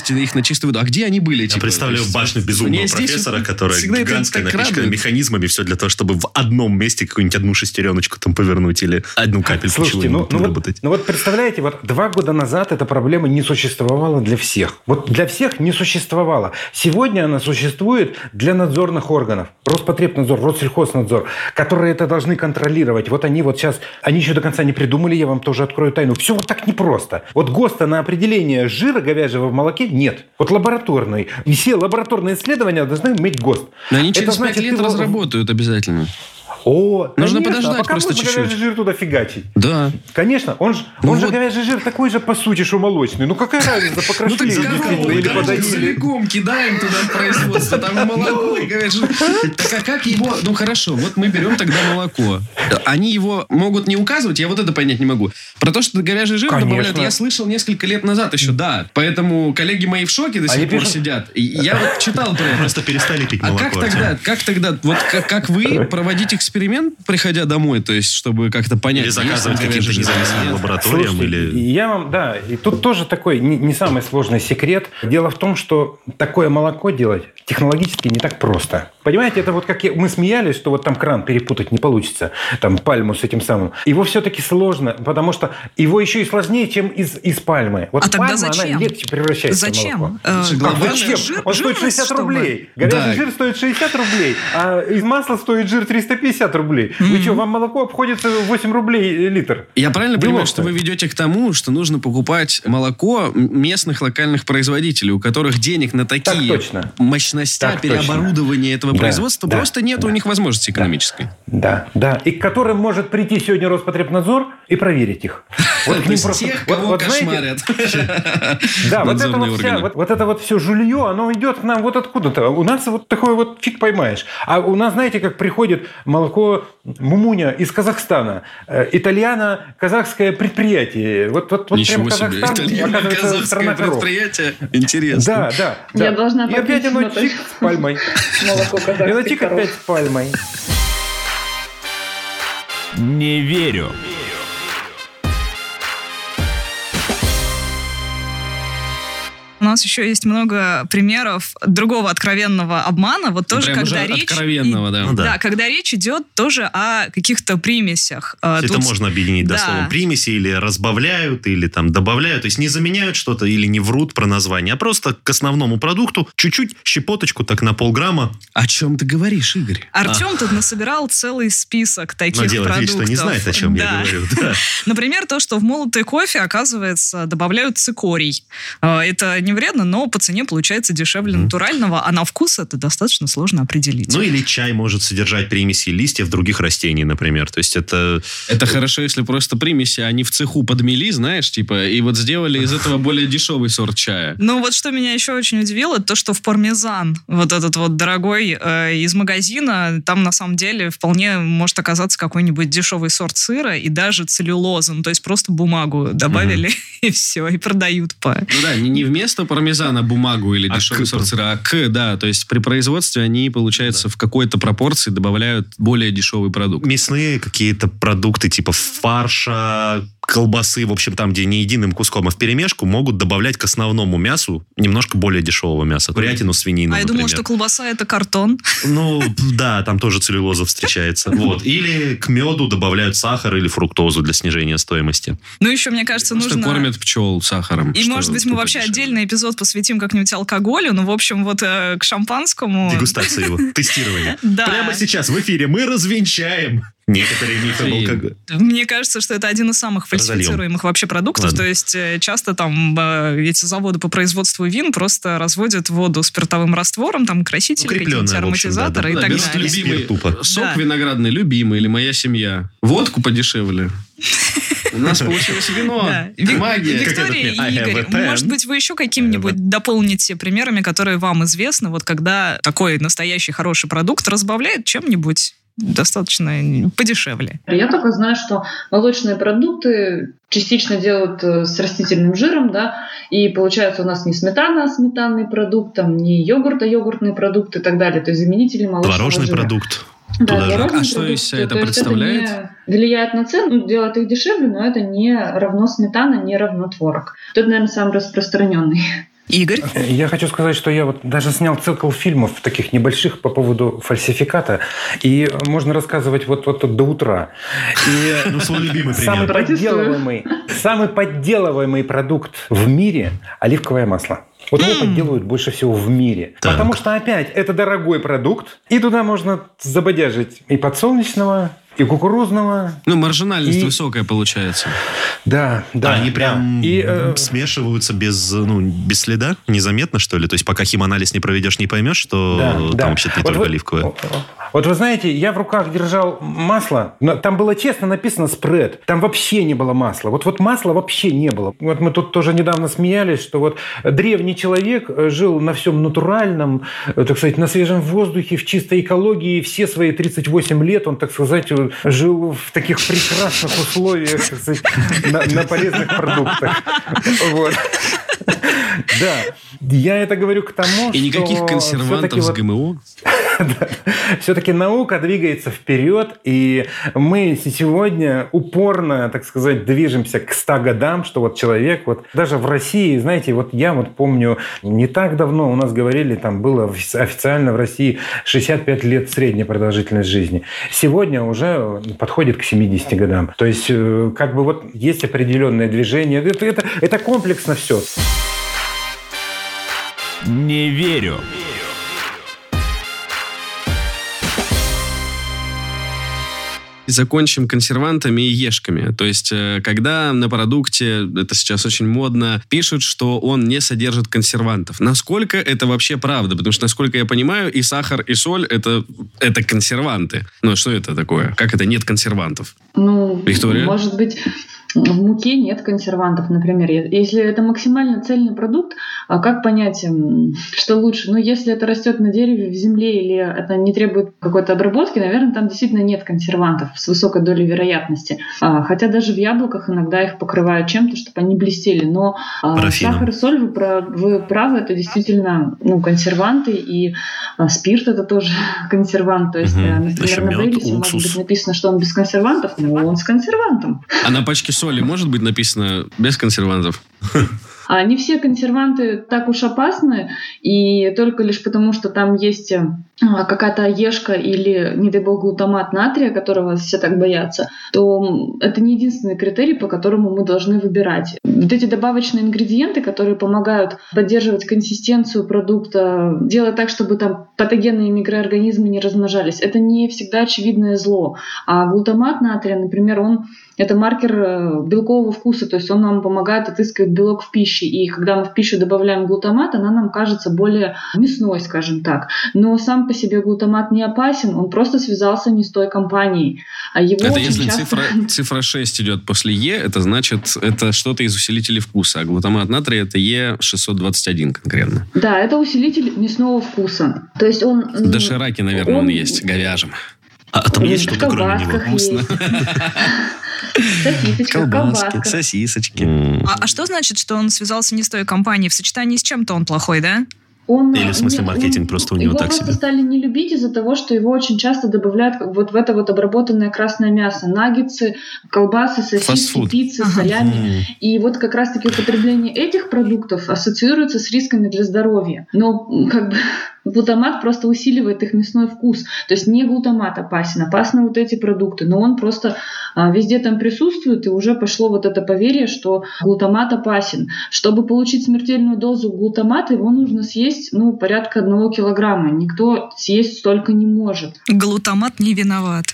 вывести их на чистую воду. А где они были? Я представляю башню безумного профессора, которая гигантская, напичкана механизмами, все для того, чтобы в одном месте какую-нибудь одну шестереночку там повернуть или одну капельку чего-нибудь выработать. Ну вот представляете, вот 2 года назад эта проблема не существовала для всех. Вот для всех не существовала. Сегодня она существует для надзорных органов. Роспотребнадзор, Россельхознадзор, которые это должны контролировать. Вот они сейчас, они еще до конца не придумали, я вам тоже открою тайну. Все вот так непросто. Вот ГОСТа на определение жира говяжьего в молоке нет. Вот лабораторный. И все лабораторные исследования должны иметь ГОСТ. Но они через 5 лет разработают обязательно. Нужно подождать пока просто чуть-чуть. Говяжий жир туда фигачить. Да. Конечно, он же говяжий жир такой же, по сути, что молочный. Ну какая разница, покрошили или подоили. Целиком кидаем туда в производство, там молоко и говяжий жир. Так а как его... Ну хорошо, вот мы берем тогда молоко. Они его могут не указывать, я вот это понять не могу. Про то, что говяжий жир добавляют, я слышал несколько лет назад еще, да. Поэтому коллеги мои в шоке до сих пор сидят. Я вот читал про это. Просто перестали пить молоко. А как тогда, вот как вы проводите эксперимент, приходя домой, то есть, чтобы как-то понять... Или заказывать каким-то независимым лабораториям. Слушайте, я вам, да, и тут тоже такой не самый сложный секрет. Дело в том, что такое молоко делать технологически не так просто. Понимаете, это вот как мы смеялись, что вот там кран перепутать не получится, там пальму с этим самым. Его все-таки сложно, потому что его еще и сложнее, чем из пальмы. Вот пальма, она легче превращается в молоко. Зачем? Он стоит 60 рублей. Говяжий жир стоит 60 рублей, а из масла стоит жир 350 рублей. Вы что, вам молоко обходится 8 рублей литр? Я правильно понимаю, что вы ведете к тому, что нужно покупать молоко местных локальных производителей, у которых денег на такие мощности переоборудования этого производства просто нет у них возможности экономической. Да. И к которым может прийти сегодня Роспотребнадзор и проверить их. Вот к ним просто... Тех, кого кошмарят. Да, вот это вот все жулье, оно идет к нам вот откуда-то. У нас вот такое вот фиг поймаешь. А у нас, знаете, как приходит молоко Мумуня из Казахстана. Итальяно-казахское предприятие. Вот ничего себе. Итальяно-казахское предприятие. Интересно. Да. Я должна и опять оно чик с пальмой. Молоко казахских и оно чик опять с пальмой. Не верю. У нас еще есть много примеров другого откровенного обмана. Вот тоже, когда речь... Откровенного, да. Да, когда речь идет тоже о каких-то примесях. Это можно объединить дословно. Примеси или разбавляют, или там добавляют. То есть не заменяют что-то или не врут про название, а просто к основному продукту чуть-чуть, щепоточку, так на полграмма. О чем ты говоришь, Игорь? Артем тут насобирал целый список таких продуктов. Но делает вид, что не знает, о чем я говорю. Например, то, что в молотый кофе, оказывается, добавляют цикорий. Это не вредно, но по цене получается дешевле натурального, а на вкус это достаточно сложно определить. Ну или чай может содержать примеси листьев других растений, например. То есть это... Это хорошо, если просто примеси они в цеху подмели, знаешь, типа, и вот сделали из этого более дешевый сорт чая. Ну вот что меня еще очень удивило, то, что в пармезан, вот этот вот дорогой из магазина, там на самом деле вполне может оказаться какой-нибудь дешевый сорт сыра и даже целлюлоза. То есть просто бумагу добавили и все, и продают по... Ну да, не вместо пармезана бумагу или дешевый сорт сыра, да, то есть при производстве они, получается, в какой-то пропорции добавляют более дешевый продукт. Мясные какие-то продукты типа фарша, колбасы, в общем, там, где не единым куском, а вперемешку, могут добавлять к основному мясу немножко более дешевого мяса. Курятину, свинину, я думала, что колбаса — это картон. Ну, да, там тоже целлюлоза встречается. Вот. Или к меду добавляют сахар или фруктозу для снижения стоимости. Ну, еще, мне кажется, нужно... Что кормят пчел сахаром. И, может быть, мы вообще отдельный эпизод посвятим как-нибудь алкоголю, ну, в общем, вот к шампанскому... Дегустация его, тестирование. Да. Прямо сейчас в эфире мы развенчаем некоторые мифы об алкоголе. Мне кажется, что это один из самых фальсифицируемых вообще продуктов. Ладно. То есть часто там эти заводы по производству вин просто разводят воду спиртовым раствором, там красители, какие-то ароматизаторы и так далее. Любимый сок виноградный, любимый, или моя семья. Водку подешевле. У нас получилось вино. Магия. Виктория и Игорь, может быть, вы еще каким-нибудь дополните примерами, которые вам известны, вот когда такой настоящий хороший продукт разбавляет чем-нибудь достаточно подешевле. Я только знаю, что молочные продукты частично делают с растительным жиром, да, и получается у нас не сметана, а сметанный продукт, там, не йогурт, а йогуртный продукт и так далее, то есть заменители молочного Творожный жира. продукт. Да, а что из себя это представляет? Это не влияет на цену, делает их дешевле, но это не равно сметана, не равно творог. Это, наверное, самый распространенный. Игорь? Я хочу сказать, что я вот даже снял цикл фильмов таких небольших по поводу фальсификата, и можно рассказывать вот до утра. И свой любимый пример. Самый подделываемый продукт в мире – оливковое масло. Вот его подделывают больше всего в мире. Так. Потому что, опять, это дорогой продукт, и туда можно забодяжить и подсолнечного, и кукурузного. Маржинальность высокая получается. Да. Они прям смешиваются без следа? Незаметно, что ли? То есть, пока химанализ не проведешь, не поймешь, что там вообще-то не только оливковое. Вот вы знаете, я в руках держал масло, но там было честно написано спред. Там вообще не было масла. Вот масла вообще не было. Вот мы тут тоже недавно смеялись, что вот древний человек жил на всем натуральном, так сказать, на свежем воздухе, в чистой экологии. Все свои 38 лет он, так сказать, жил в таких прекрасных условиях, так сказать, на полезных продуктах. Вот. Да. Я это говорю к тому, что... И никаких консервантов с ГМО? Все-таки наука двигается вперед, и мы сегодня упорно, так сказать, движемся к 100 годам, что вот человек, вот даже в России, знаете, вот я вот помню, не так давно у нас говорили, там было официально в России 65 лет средняя продолжительность жизни. Сегодня уже подходит к 70 годам. То есть, как бы вот есть определенное движение. Это комплексно все. Не верю. Закончим консервантами и ешками. То есть, когда на продукте, это сейчас очень модно, пишут, что он не содержит консервантов. Насколько это вообще правда? Потому что, насколько я понимаю, и сахар, и соль это консерванты. Но что это такое? Как это нет консервантов? Виктория? Может быть... В муке нет консервантов, например. Если это максимально цельный продукт, как понять, что лучше? Если это растет на дереве, в земле, или это не требует какой-то обработки, наверное, там действительно нет консервантов с высокой долей вероятности. Хотя даже в яблоках иногда их покрывают чем-то, чтобы они блестели. Но сахар и соль, вы правы, это действительно консерванты, и спирт это тоже консервант. То есть, например, на Бейлисе может быть написано, что он без консервантов, но он с консервантом. А на пачке соли может быть написано без консервантов? Не все консерванты так уж опасны, и только лишь потому, что там есть какая-то ешка или, не дай бог, глутамат натрия, которого все так боятся, то это не единственный критерий, по которому мы должны выбирать. Вот эти добавочные ингредиенты, которые помогают поддерживать консистенцию продукта, делать так, чтобы там патогенные микроорганизмы не размножались, это не всегда очевидное зло. А глутамат натрия, например, это маркер белкового вкуса, то есть он нам помогает отыскивать белок в пище. И когда мы в пищу добавляем глутамат, она нам кажется более мясной, скажем так. Но сам по себе глутамат не опасен, он просто связался не с той компанией. Это если цифра 6 идет после Е, это значит, это что-то из усилителей вкуса. А глутамат натрия это Е621 конкретно. Да, это усилитель мясного вкуса. То есть он... Дошираки, наверное, он есть говяжьим. А там есть что-то кроме него? Вкусно. Колбаски, сосисочки. А что значит, что он связался не с той компанией? В сочетании с чем-то он плохой, да? Или в смысле маркетинг просто у него так себе? Его просто стали не любить из-за того, что его очень часто добавляют вот в это вот обработанное красное мясо. Наггетсы, колбасы, сосиски, пиццы, солями. И вот как раз-таки употребление этих продуктов ассоциируется с рисками для здоровья. Но как бы глутамат просто усиливает их мясной вкус. То есть не глутамат опасен, опасны вот эти продукты. Но он просто везде там присутствует, и уже пошло вот это поверье, что глутамат опасен. Чтобы получить смертельную дозу глутамата, его нужно съесть порядка 1 килограмма. Никто съесть столько не может. Глутамат не виноват.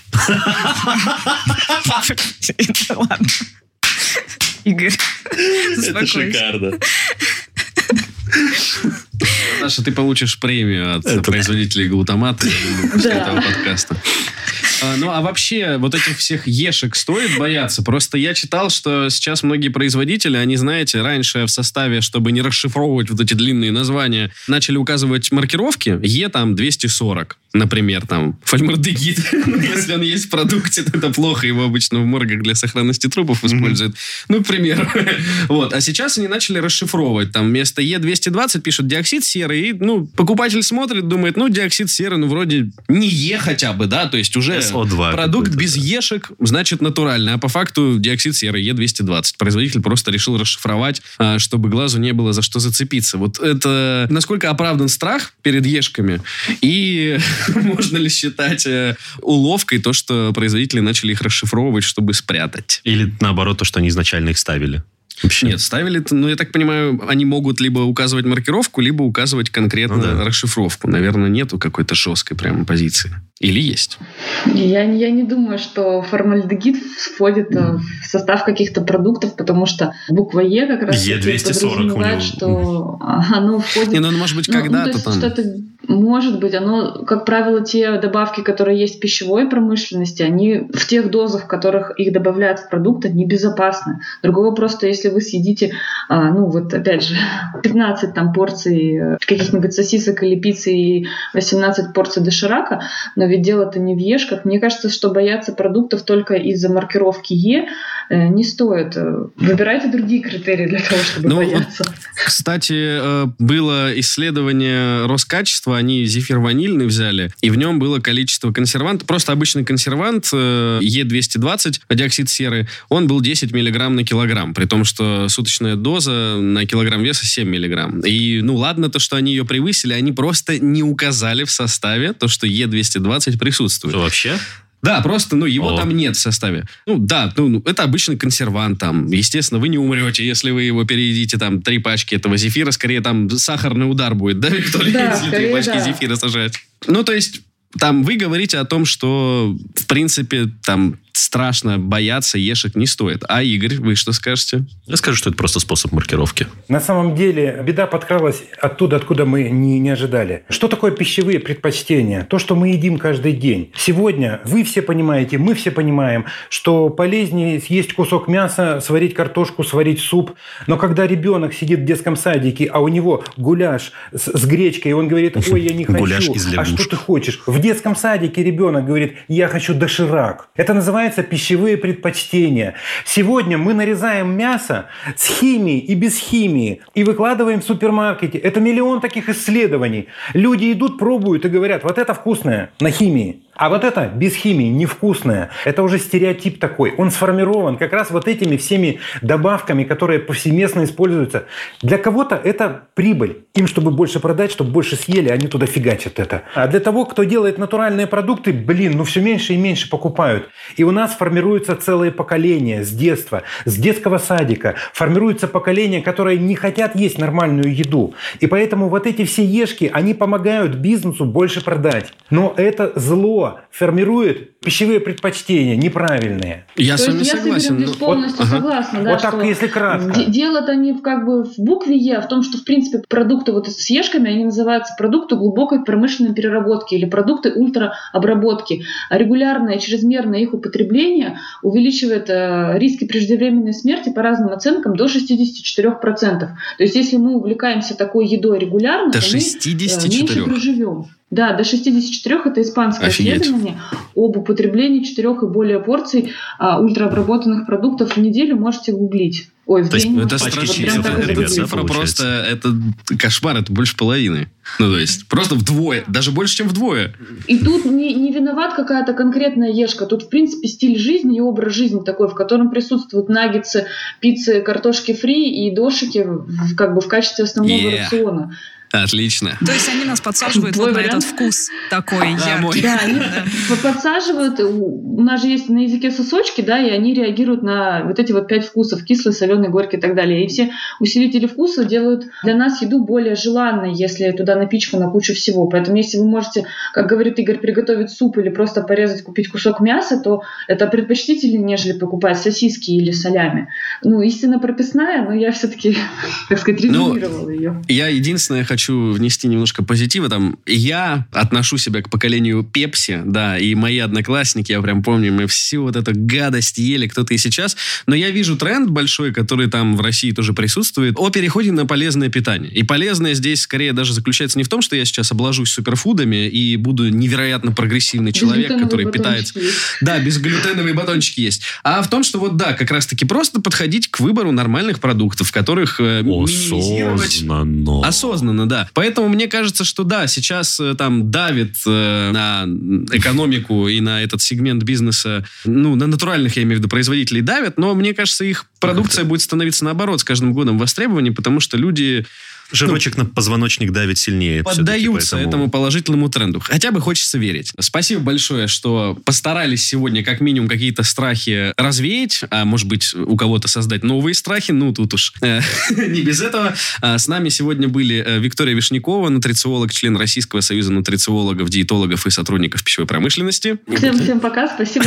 Ладно. Игорь, это шикарно. Саша, ты получишь премию от производителей глутамата после этого подкаста. А вообще, вот этих всех ешек стоит бояться? Просто я читал, что сейчас многие производители, они, знаете, раньше в составе, чтобы не расшифровывать вот эти длинные названия, начали указывать маркировки Е там 240. например, там, формальдегид, если он есть в продукте, то это плохо, его обычно в моргах для сохранности трупов используют. Ну, к примеру. Вот. А сейчас они начали расшифровывать. Там вместо Е220 пишут диоксид серы, и, ну, покупатель смотрит, думает, ну, диоксид серы, ну, вроде не Е хотя бы, да, то есть уже SO2 продукт без Ешек, значит, натуральный, а по факту диоксид серы Е220. Производитель просто решил расшифровать, чтобы глазу не было за что зацепиться. Вот это насколько оправдан страх перед Ешками, и можно ли считать уловкой то, что производители начали их расшифровывать, чтобы спрятать? Или наоборот, то, что они изначально их ставили? Вообще. Нет, ставили, ну, я так понимаю, они могут либо указывать маркировку, либо указывать конкретно расшифровку. Наверное, нету какой-то жесткой прямо позиции. Или есть? Я не думаю, что формальдегид входит в состав каких-то продуктов, потому что буква Е как раз подразумевает, что оно входит... Ну, может быть, когда-то там... Что-то, может быть, оно, как правило, те добавки, которые есть в пищевой промышленности, они в тех дозах, в которых их добавляют в продукт, они безопасны. Другой вопрос, что если вы съедите, ну вот опять же, 15 там порций каких-нибудь сосисок или пиццы и 18 порций доширака, но ведь дело-то не в Ешках. Мне кажется, что бояться продуктов только из-за маркировки Е не стоит. Выбирайте другие критерии для того, чтобы бояться. Кстати, было исследование Роскачества, они зефир ванильный взяли, и в нем было количество консервантов, просто обычный консервант Е220, диоксид серы, он был 10 миллиграмм на килограмм, при том, что суточная доза на килограмм веса 7 миллиграмм. И, ну, ладно то, что они ее превысили, они просто не указали в составе то, что Е220 присутствует. Что, вообще? Да, просто, ну, его там нет в составе. Ну, да, ну, это обычный консервант там. Естественно, вы не умрете, если вы его переедите, там, 3 пачки этого зефира. Скорее, там, сахарный удар будет, да, Виктория, да, если 3 пачки зефира сажать. Ну, то есть, там, вы говорите о том, что, в принципе, там, страшно бояться Ешек не стоит. А, Игорь, вы что скажете? Я скажу, что это просто способ маркировки. На самом деле, беда подкралась оттуда, откуда мы не ожидали. Что такое пищевые предпочтения? То, что мы едим каждый день. Сегодня вы все понимаете, мы все понимаем, что полезнее съесть кусок мяса, сварить картошку, сварить суп. Но когда ребенок сидит в детском садике, а у него гуляш с гречкой, и он говорит, ой, я не хочу. А что ты хочешь? В детском садике ребенок говорит, я хочу доширак. Это называется пищевые предпочтения. Сегодня мы нарезаем мясо с химией и без химии и выкладываем в супермаркете. Это миллион таких исследований. Люди идут, пробуют и говорят, вот это вкусное на химии. А вот это без химии невкусное. Это уже стереотип такой. Он сформирован как раз вот этими всеми добавками, которые повсеместно используются. Для кого-то это прибыль. Им, чтобы больше продать, чтобы больше съели, они туда фигачат это. А для того, кто делает натуральные продукты, ну все меньше и меньше покупают. И у нас формируются целые поколения с детства, с детского садика. Формируются поколения, которые не хотят есть нормальную еду. И поэтому вот эти все ешки, они помогают бизнесу больше продать. Но это зло формирует пищевые предпочтения неправильные. Я с вами согласен. Я полностью согласна. Да, вот так, если кратко. Дело-то не в букве Е, а в том, что, в принципе, продукты вот с ешками, они называются продукты глубокой промышленной переработки или продукты ультраобработки. А регулярное чрезмерное их употребление увеличивает риски преждевременной смерти по разным оценкам до 64%. То есть, если мы увлекаемся такой едой регулярно, то мы меньше проживем. Да, до 64 это испанское исследование об употреблении 4 и более порций ультраобработанных продуктов в неделю. Можете гуглить. Ой, в день. Это страшно. Это цифра просто, это кошмар, это больше половины. Ну, то есть, просто вдвое, даже больше, чем вдвое. И тут не виноват какая-то конкретная ешка. Тут, в принципе, стиль жизни и образ жизни такой, в котором присутствуют наггетсы, пиццы, картошки фри и дошики как бы в качестве основного рациона. Отлично. То есть они нас подсаживают вот на этот вкус такой яркий. Да, они подсаживают. У нас же есть на языке сосочки, да, и они реагируют на вот эти вот 5 вкусов: кислый, соленый, горький и так далее. И все усилители вкуса делают для нас еду более желанной, если туда напичкана куча всего. Поэтому если вы можете, как говорит Игорь, приготовить суп или просто порезать, купить кусок мяса, то это предпочтительнее, нежели покупать сосиски или солями. Ну, истина прописная, но я все-таки, так сказать, резюмировала ее. Я единственное хочу хочу внести немножко позитива. Там, я отношу себя к поколению Пепси, да, и мои одноклассники, я прям помню, мы всю вот эту гадость ели, кто-то и сейчас. Но я вижу тренд большой, который там в России тоже присутствует, о переходе на полезное питание. И полезное здесь скорее даже заключается не в том, что я сейчас обложусь суперфудами и буду невероятно прогрессивный человек, который питается... Да, безглютеновые батончики есть. А в том, что вот да, как раз-таки просто подходить к выбору нормальных продуктов, в которых минимизировать... Осознанно, да. Поэтому мне кажется, что да, сейчас там давит на экономику и на этот сегмент бизнеса, ну, на натуральных, я имею в виду, производителей давят, но мне кажется, их продукция будет становиться наоборот с каждым годом востребованнее, потому что люди... Жирочек на позвоночник давит сильнее. Поддаются этому положительному тренду. Хотя бы хочется верить. Спасибо большое, что постарались сегодня как минимум какие-то страхи развеять, а может быть у кого-то создать новые страхи. Ну, тут уж не без этого. С нами сегодня были Виктория Вишнякова, нутрициолог, член Российского союза нутрициологов, диетологов и сотрудников пищевой промышленности. Всем пока, спасибо.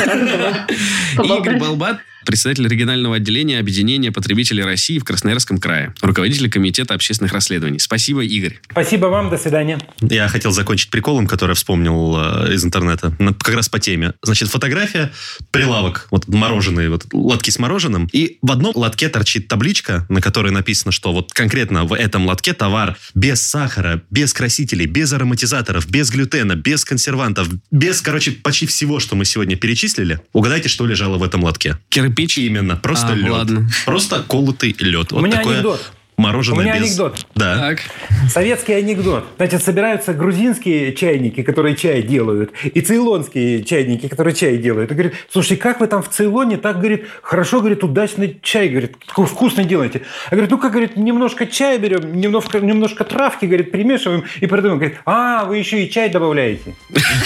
Игорь Балбат, председатель регионального отделения Объединения потребителей России в Красноярском крае, руководитель комитета общественных расследований. Спасибо, Игорь. Спасибо вам, до свидания. Я хотел закончить приколом, который я вспомнил из интернета, как раз по теме. Значит, фотография, прилавок, вот мороженые, вот лотки с мороженым, и в одном лотке торчит табличка, на которой написано, что вот конкретно в этом лотке товар без сахара, без красителей, без ароматизаторов, без глютена, без консервантов, без, короче, почти всего, что мы сегодня перечислили. Угадайте, что лежало в этом лотке? Кирпич. Именно, просто лед. Ладно. Просто колотый лед. У меня анекдот. Мороженое У меня без... анекдот. Да. Так. Советский анекдот. Значит, собираются грузинские чайники, которые чай делают, и цейлонские чайники, которые чай делают. И говорит, слушай, как вы там в Цейлоне так, говорит, хорошо, говорит, удачный чай, говорит, вкусно делаете. А говорит, ну-ка, говорит, немножко чая берем, немножко травки, говорит, примешиваем и продаем. Говорит, вы еще и чай добавляете.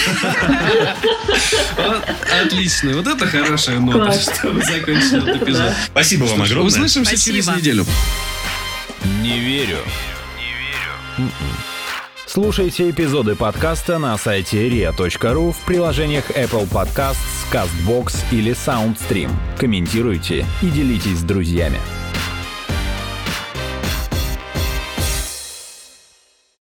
Отлично. Вот это хорошая нота, чтобы закончить этот эпизод. Спасибо вам огромное. Услышимся через неделю. Не верю. Слушайте эпизоды подкаста на сайте ria.ru, в приложениях Apple Podcasts, CastBox или SoundStream. Комментируйте и делитесь с друзьями.